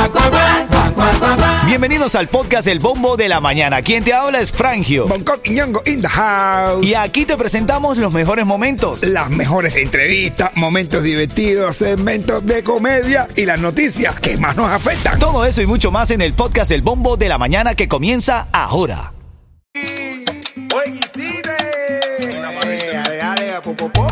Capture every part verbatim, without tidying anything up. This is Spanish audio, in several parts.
Bienvenidos al podcast El Bombo de la Mañana. Quien te habla es Frangio. Bangkok y Ñongo in the house. Y aquí te presentamos los mejores momentos. Las mejores entrevistas, momentos divertidos, segmentos de comedia y las noticias que más nos afectan. Todo eso y mucho más en el podcast El Bombo de la Mañana que comienza ahora. Oye, sí, dale, dale, popopó.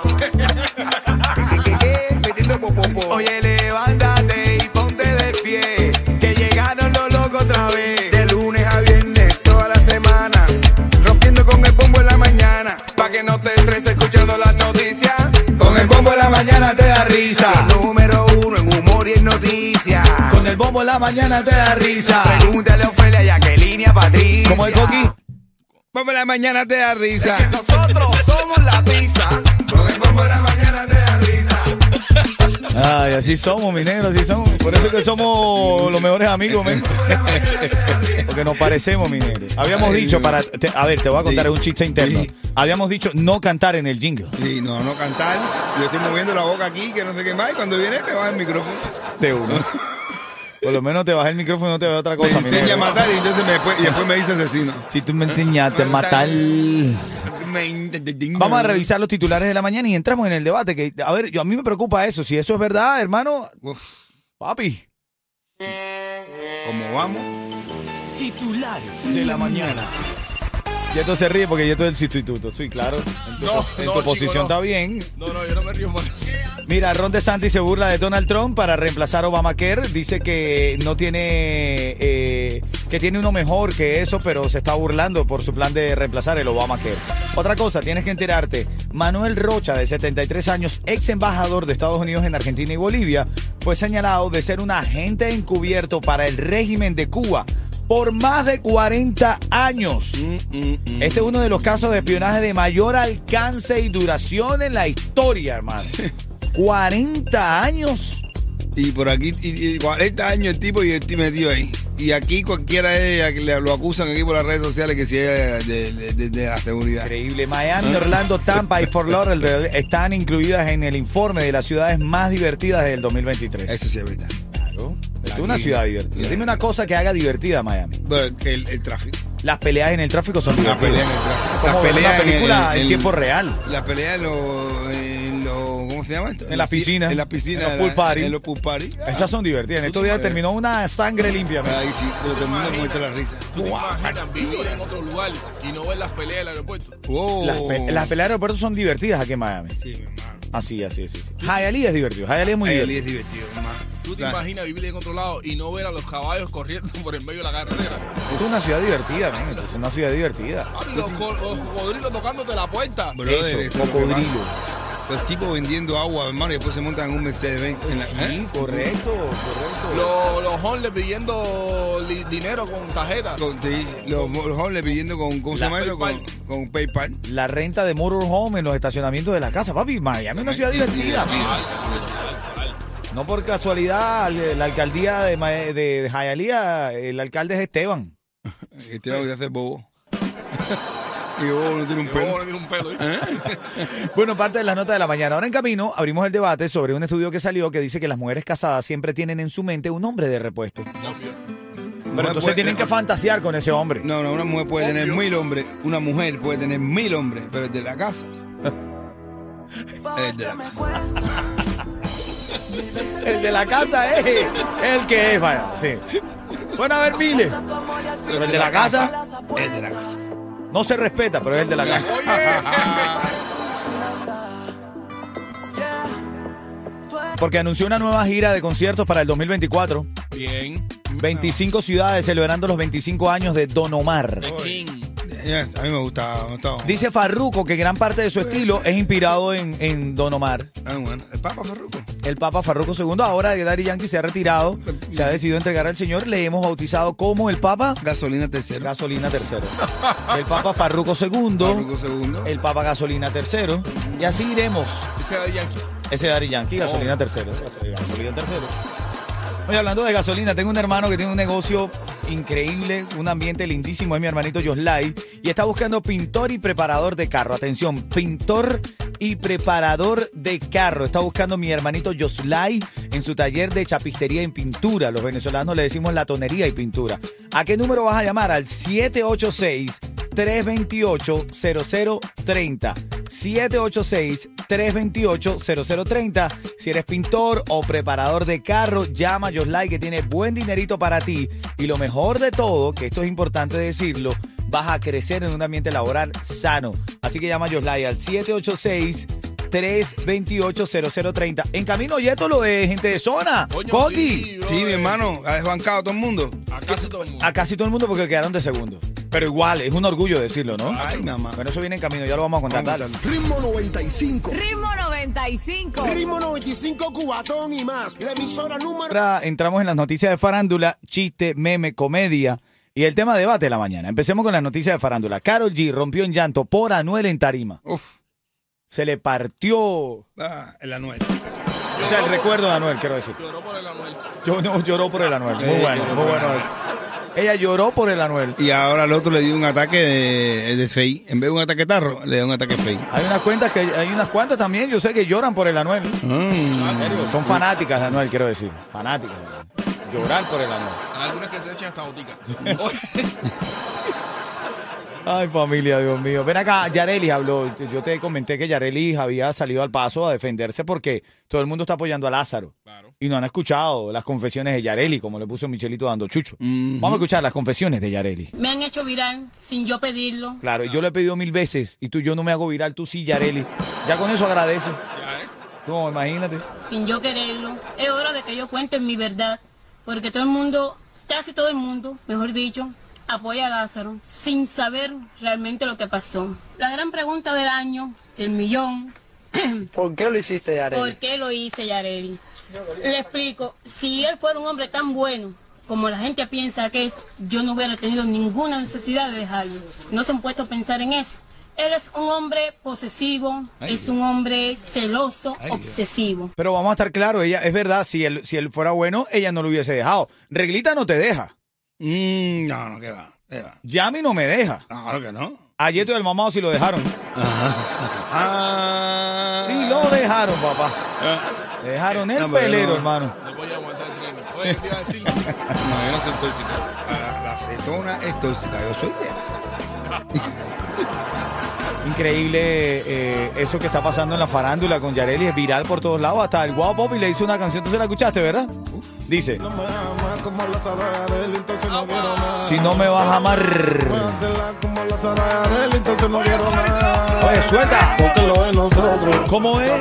Metiendo popopó. Oye, levántate y ponte de pie, que llegaron los locos otra vez. De lunes a viernes, todas las semanas, rompiendo con el bombo en la mañana. Pa' que no te estreses escuchando las noticias, con el Bombo en la Mañana te da risa. El número uno en humor y en noticias. Con el Bombo en la Mañana te da risa. Pregúntale a Ofelia, a Jacqueline y a Patricia. ¿Cómo es, Coqui? Bombo en la mañana te da risa. Es que nosotros somos la tiza. Con el bombo en la mañana te da risa. Ay, así somos, mi negro, así somos. Por eso es que somos los mejores amigos, men. Porque nos parecemos, mi negro. Habíamos Ay, dicho no. para... te- a ver, te voy a contar Sí. un chiste interno. Sí. Habíamos dicho no cantar en el jingle. Sí, no, no cantar. Yo estoy moviendo la boca aquí, que no sé qué más. Y cuando viene, me baja el micrófono. De uno. Por lo menos te bajé el micrófono y no te veo otra Me cosa, mi enseña a negro. matar y, entonces me, después, y después me dice asesino. Si tú me enseñaste a matar... Vamos a revisar los titulares de la mañana y entramos en el debate. Que, a ver, yo, a mí me preocupa eso. Si eso es verdad, hermano, Uf, papi. ¿cómo vamos? Titulares de la mañana. Yeto se ríe porque Yeto es el sustituto. Sí, claro. En tu, No, en no, tu chico, posición no. está bien. No, no, yo no me río más. Mira, Ron DeSantis se burla de Donald Trump para reemplazar Obamacare. Dice que no tiene, eh, que tiene uno mejor que eso, pero se está burlando por su plan de reemplazar el Obamacare. Otra cosa, tienes que enterarte. Manuel Rocha, de setenta y tres años, ex embajador de Estados Unidos en Argentina y Bolivia, fue señalado de ser un agente encubierto para el régimen de Cuba por más de cuarenta años. Mm, mm, mm. Este es uno de los casos de espionaje de mayor alcance y duración en la historia, hermano. cuarenta años. Y por aquí, y, y cuarenta años el tipo y el tipo metido ahí. Y aquí cualquiera de ellas que le- lo acusan aquí por las redes sociales que si es de, de- de- de la seguridad. Increíble. Miami, Orlando, Tampa y Fort Lauderdale están incluidas en el informe de las ciudades más divertidas del dos mil veintitrés. Eso sí es verdad. Claro. Es una Aquí. ciudad divertida. Dime una cosa que haga divertida Miami. Bueno, el, el tráfico. Las peleas en el tráfico son La divertidas. pelea en el tráfico. Como La ver pelea una en el- película en, en- tiempo real. La pelea en los... en los- ¿Cómo se llama esto? En la piscina. En la piscina. En los de pool la- party. En los pool party. Esas son divertidas. En estos días terminó una sangre limpia. man. Ahí sí, pero todo el mundo muerto la risa. ¿Tú te imaginas vivir en otro lugar y no ver las peleas del aeropuerto? Wow. Las, pe- las peleas de aeropuertos son divertidas aquí en Miami. Sí, mi hermano. Así, así, así. sí. Hialeah es divertido. Hialeah es muy Hialeah divertido. es divertido, hermano. ¿Tú te Claro. imaginas vivir en otro lado y no ver a los caballos corriendo por el medio de la carretera? Esto es una ciudad divertida, man. Esto es una ciudad divertida. Papi, los, co- los cocodrilos tocándote la puerta. Brother, Eso, eso es lo que cocodrilo. pasa. Los tipos vendiendo agua, hermano, y después se montan en un Mercedes-Benz. en la- Sí, ¿eh? correcto, correcto. Los, los homeless pidiendo li- dinero con tarjeta. Con- sí, los, los jóvenes pidiendo con, ¿cómo se La llama eso? Con, PayPal. con PayPal. La renta de motorhome en los estacionamientos de la casa. Papi, Miami es una ciudad divertida. No por casualidad, la alcaldía de, Ma- de, de Hialeah, el alcalde es Esteban. Este va a hacer bobo. Y bobo no tiene un Que pelo. bobo no tiene un pelo, ¿eh? Bueno, parte de las notas de la mañana. Ahora en camino abrimos el debate sobre un estudio que salió que dice que las mujeres casadas siempre tienen en su mente un hombre de repuesto. Pero entonces tienen que fantasear con ese hombre. No, no, una mujer puede tener Obvio. mil hombres. Una mujer puede tener mil hombres, pero el de la casa. El de la casa. El de la casa es el que es, vaya. Sí. Pueden haber miles. Pero el de la casa El de la casa. no se respeta, pero es el de la casa. Porque anunció una nueva gira de conciertos para el dos mil veinticuatro. Bien. veinticinco ciudades celebrando los veinticinco años de Don Omar. The King. Ya, a mí me gustaba, me gustaba. Dice Farruko que gran parte de su estilo es inspirado en, en Don Omar. Ah, bueno. El Papa Farruko. El Papa Farruko segundo, ahora que Daddy Yankee se ha retirado, se ha decidido entregar al Señor, le hemos bautizado como el Papa Gasolina tercero. Gasolina tercero. El Papa Farruko segundo, Farruko segundo. el Papa Gasolina tercero, y así iremos. Ese era Yankee. Ese Daddy Yankee, Gasolina tercero. Gasolina tercero. Oye, hablando de gasolina, tengo un hermano que tiene un negocio increíble, un ambiente lindísimo, es mi hermanito Yoslay, y está buscando pintor y preparador de carro. Atención, pintor y preparador de carro. Está buscando mi hermanito Yoslay. en su taller de chapistería en pintura. Los venezolanos le decimos latonería y pintura. ¿A qué número vas a llamar? Al siete ocho seis, tres dos ocho, cero cero tres cero. siete ocho seis, tres dos ocho, cero cero tres cero. Si eres pintor o preparador de carro, llama a Yoslai, que tiene buen dinerito para ti. Y lo mejor de todo, que esto es importante decirlo, vas a crecer en un ambiente laboral sano. Así que llama a Yoslai al siete ocho seis, tres dos ocho, cero cero tres cero. En camino, Yeto, lo de gente de zona. Coño, Coqui. sí, Sí, mi hermano, ha desbancado a todo el mundo. A casi todo el mundo. A casi todo el mundo porque quedaron de segundo. Pero igual, es un orgullo decirlo, ¿no? Ay, mamá. Bueno, eso viene en camino, ya lo vamos a contar. Vamos a Dale. contarlo. Ritmo noventa y cinco. Ritmo noventa y cinco. Ritmo noventa y cinco Cubatón y más. La emisora número... Ahora entramos en las noticias de farándula, chiste, meme, comedia y el tema debate de la mañana. Empecemos con las noticias de farándula. Karol G rompió en llanto por Anuel en tarima. Uf. Se le partió. Ah, el Anuel. O sea, el recuerdo de Anuel, quiero decir. Lloró por el Anuel. Yo no lloró por el Anuel. Muy Eh, bueno, lloró muy por bueno el eso. Ella lloró por el Anuel. Y ahora al otro le dio un ataque de, de fey. En vez de un ataque tarro, le dio un ataque fey. Hay unas cuentas que hay unas cuantas también, yo sé que lloran por el Anuel. Mm. Son fanáticas de Anuel, quiero decir. Fanáticas. Llorar por el Anuel. Hay algunas que se echan hasta botica. Ay, familia, Dios mío. Ven acá, Yareli habló. Yo te comenté que Yareli había salido al paso a defenderse porque todo el mundo está apoyando a Lázaro. Claro. Y no han escuchado las confesiones de Yareli, como le puso Michelito dando chucho. Mhm. Vamos a escuchar las confesiones de Yareli. Me han hecho viral sin yo pedirlo. Claro, y yo lo he pedido mil veces. Y tú, yo no me hago viral, tú sí, Yareli. Ya con eso agradece. Ya, ¿eh? No, imagínate. Sin yo quererlo. Es hora de que yo cuente mi verdad. Porque todo el mundo, casi todo el mundo, mejor dicho, apoya a Lázaro sin saber realmente lo que pasó. La gran pregunta del año, del millón. ¿Por qué lo hiciste, Yareli? ¿Por qué lo hice, Yareli? Le explico. Si él fuera un hombre tan bueno como la gente piensa que es, yo no hubiera tenido ninguna necesidad de dejarlo. No se han puesto a pensar en eso. Él es un hombre posesivo, Ay, es un hombre celoso, Ay, obsesivo. Pero vamos a estar claros, ella, es verdad, si él, si él fuera bueno, ella no lo hubiese dejado. Reglita no te deja. Mm, no, no, que va. ¿Qué va? Yami no me deja. No, claro que no. A Yeto y el mamado sí lo dejaron. Ah. Sí lo dejaron, papá. Dejaron el No, pero pelero, no. hermano. No voy a aguantar el tren. Oye, te iba a decir. No, yo no soy tóxica. La, la acetona es tóxica. Yo soy de... Increíble eh, eso que está pasando en la farándula con Yareli, es viral por todos lados. Hasta el Guau Popi le hizo una canción, ¿tú se la escuchaste, verdad? Dice, si no me vas a amar. Oye, suelta. ¿Cómo es?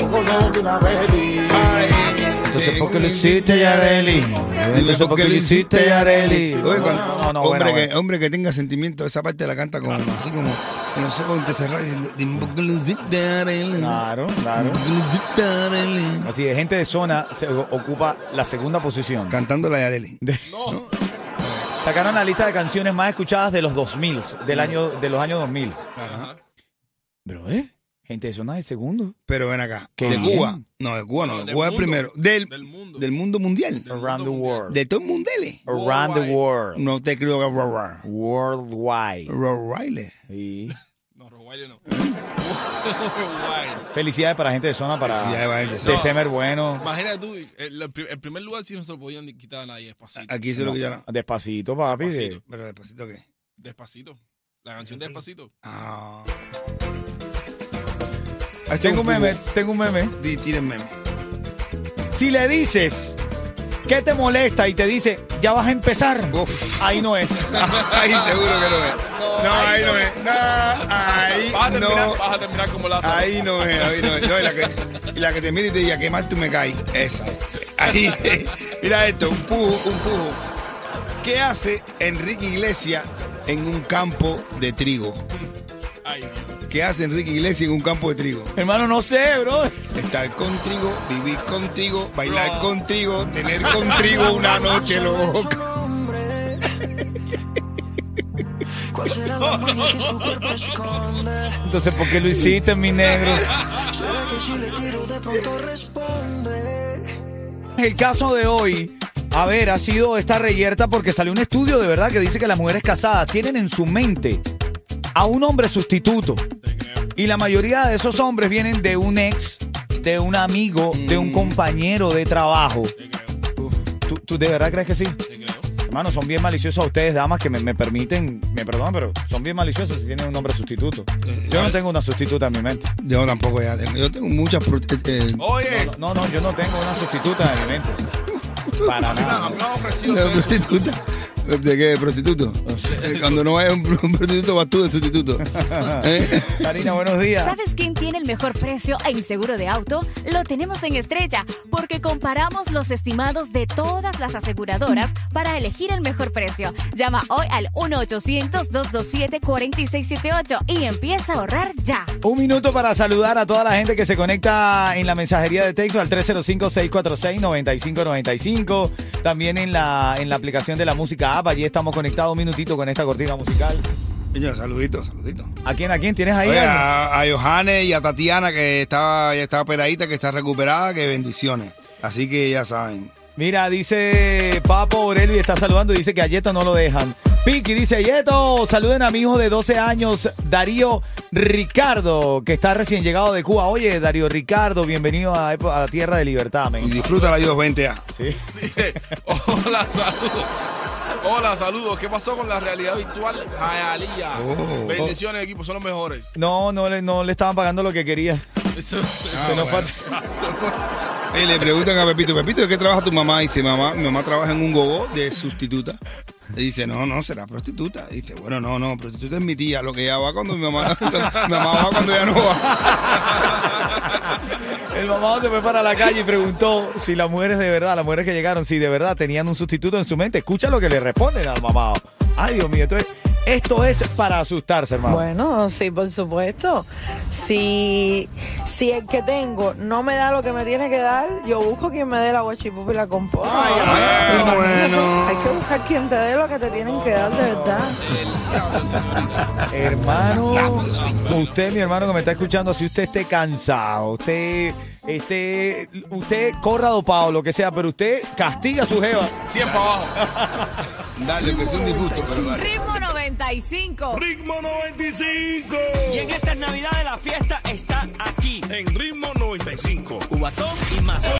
Entonces, ¿por qué lo hiciste, Yareli? Entonces, ¿por qué lo hiciste, Yareli? Oye, cuando- No, no, hombre, bueno, que, bueno. hombre que tenga sentimiento, esa parte la canta como así como con los ojos entrecerrados diciendo "Dime por qué lo hiciste, Yareli". Claro, claro. ¿Por qué lo hiciste, Yareli? Así de gente de zona se ocupa la segunda posición. Cantando la Yareli. De- Sacaron la lista de canciones más escuchadas de los dos mil, del año, de los años dos mil. Ajá. Pero, ¿eh? Gente de zona de segundo. Pero ven acá. Qué de bien. Cuba. No, de Cuba no. No, De del Cuba es mundo. primero. Del, Del mundo. del mundo mundial. Around the world. De todo el mundial. Around the world. No te creo que Rora. Worldwide. Rora. Sí. No, Roguayle no. Roguayle. Felicidades para la gente de zona, para Felicidades para la gente de de zona. Semer Bueno. Imagínate tú, el, el pri- el primer lugar sí no se lo podían ni quitar a nadie, despacito. Aquí se lo quitaron. Despacito, papi. Despacito. Pero despacito qué. Despacito. La canción de Despacito. Ah. Tengo un meme, tengo un meme. Di, tira el meme. Si le dices ¿qué te molesta? Y te dice, ya vas a empezar. Uf. Ahí no es. Ahí seguro que no es. No, ahí no es. No, ahí Vas a terminar, no. vas a terminar como Lázaro. Ahí no es, ahí no es. No, y la que, y la que te mira y te diga, qué mal tú me caes. Esa. Ahí. Mira esto, un pujo, un pujo. ¿Qué hace Enrique Iglesias en un campo de trigo? Ay, Dios. ¿Qué hace Enrique Iglesias en un campo de trigo? Hermano, no sé, bro. Estar contigo, vivir contigo, bailar Bro. contigo, tener contigo una noche loca. ¿Cuál será la magia que su cuerpo esconde? Entonces, ¿por qué lo hiciste, mi negro? ¿Será que si le tiro de pronto responde? El caso de hoy, a ver, ha sido esta reyerta porque salió un estudio de verdad que dice que las mujeres casadas tienen en su mente a un hombre sustituto. Y la mayoría de esos hombres vienen de un ex, de un amigo, de un compañero de trabajo. Te ¿Tú, tú de verdad crees que sí? Sí, creo. Hermano, son bien maliciosos a ustedes, damas, que me, me permiten, me perdonan, pero son bien maliciosos si tienen un nombre sustituto. Yo no tengo una sustituta en mi mente. Yo tampoco ya tengo. Yo tengo muchas... pro- eh, eh, Oye, No, no, no, yo no tengo una sustituta en mi mente. Para a mí me nada. han ofrecido ¿de ser su- prostituta? ¿De qué? ¿Prostituto? Eh, Cuando no vaya un, un prostituto, vas tú de sustituto. ¿Eh? Karina, buenos días. ¿Sabes quién tiene el mejor precio en seguro de auto? Lo tenemos en Estrella, porque comparamos los estimados de todas las aseguradoras para elegir el mejor precio. Llama hoy al uno ochocientos, dos dos siete, cuatro seis siete ocho y empieza a ahorrar ya. Un minuto para saludar a toda la gente que se conecta en la mensajería de texto al tres cero cinco, seis cuatro seis, nueve cinco nueve cinco. También en la, en la aplicación de la música app. Allí estamos conectados un minutito con esta cortina musical. Señor, saluditos, saluditos. ¿A quién, a quién tienes ahí? Oye, algo? a, a Johannes y a Tatiana, que estaba, ya estaba operadita, que está recuperada, que bendiciones. Así que ya saben. Mira, dice Papo Aurelio y está saludando, dice que a Yeto no lo dejan. Piki dice, Yeto, saluden a mi hijo de doce años, Darío Ricardo, que está recién llegado de Cuba. Oye, Darío Ricardo, bienvenido a, a Tierra de Libertad, Y men. disfruta la I dos veinte A. Sí. Dice, hola, saludos. Hola, saludos. ¿Qué pasó con la realidad virtual? Jayalía. Oh. Bendiciones, equipo, son los mejores. No, no le, no le estaban pagando lo que quería. Eso- eso- Se nos bueno. fue- Y le preguntan a Pepito, Pepito, ¿de qué trabaja tu mamá? Dice, mamá, mi mamá trabaja en un gogó de sustituta. Y dice, no, no, será prostituta. Dice, bueno, no, no, prostituta es mi tía, lo que ella va cuando mi mamá, cuando, mi mamá va cuando ella no va. El mamado se fue para la calle y preguntó si las mujeres de verdad, las mujeres que llegaron, si de verdad tenían un sustituto en su mente. Escucha lo que le responden al mamado. Ay, Dios mío, entonces, esto es para asustarse, hermano. Bueno, sí, por supuesto. Si, si el que tengo no me da lo que me tiene que dar, yo busco quien me dé la guachipupa y la compota. Ay, ay, bueno. Hay que buscar quien te dé lo que te tienen que dar de verdad. Hermano, usted, mi hermano que me está escuchando, si usted esté cansado, usted, esté, usted corra dopado, lo que sea, pero usted castiga a su jeva. Siempre abajo. Dale, que es un disgusto, pero dale. Ritmo noventa y cinco. Ritmo noventa y cinco. Y en estas navidades la fiesta está aquí. En Ritmo noventa y cinco. Cubatón y más.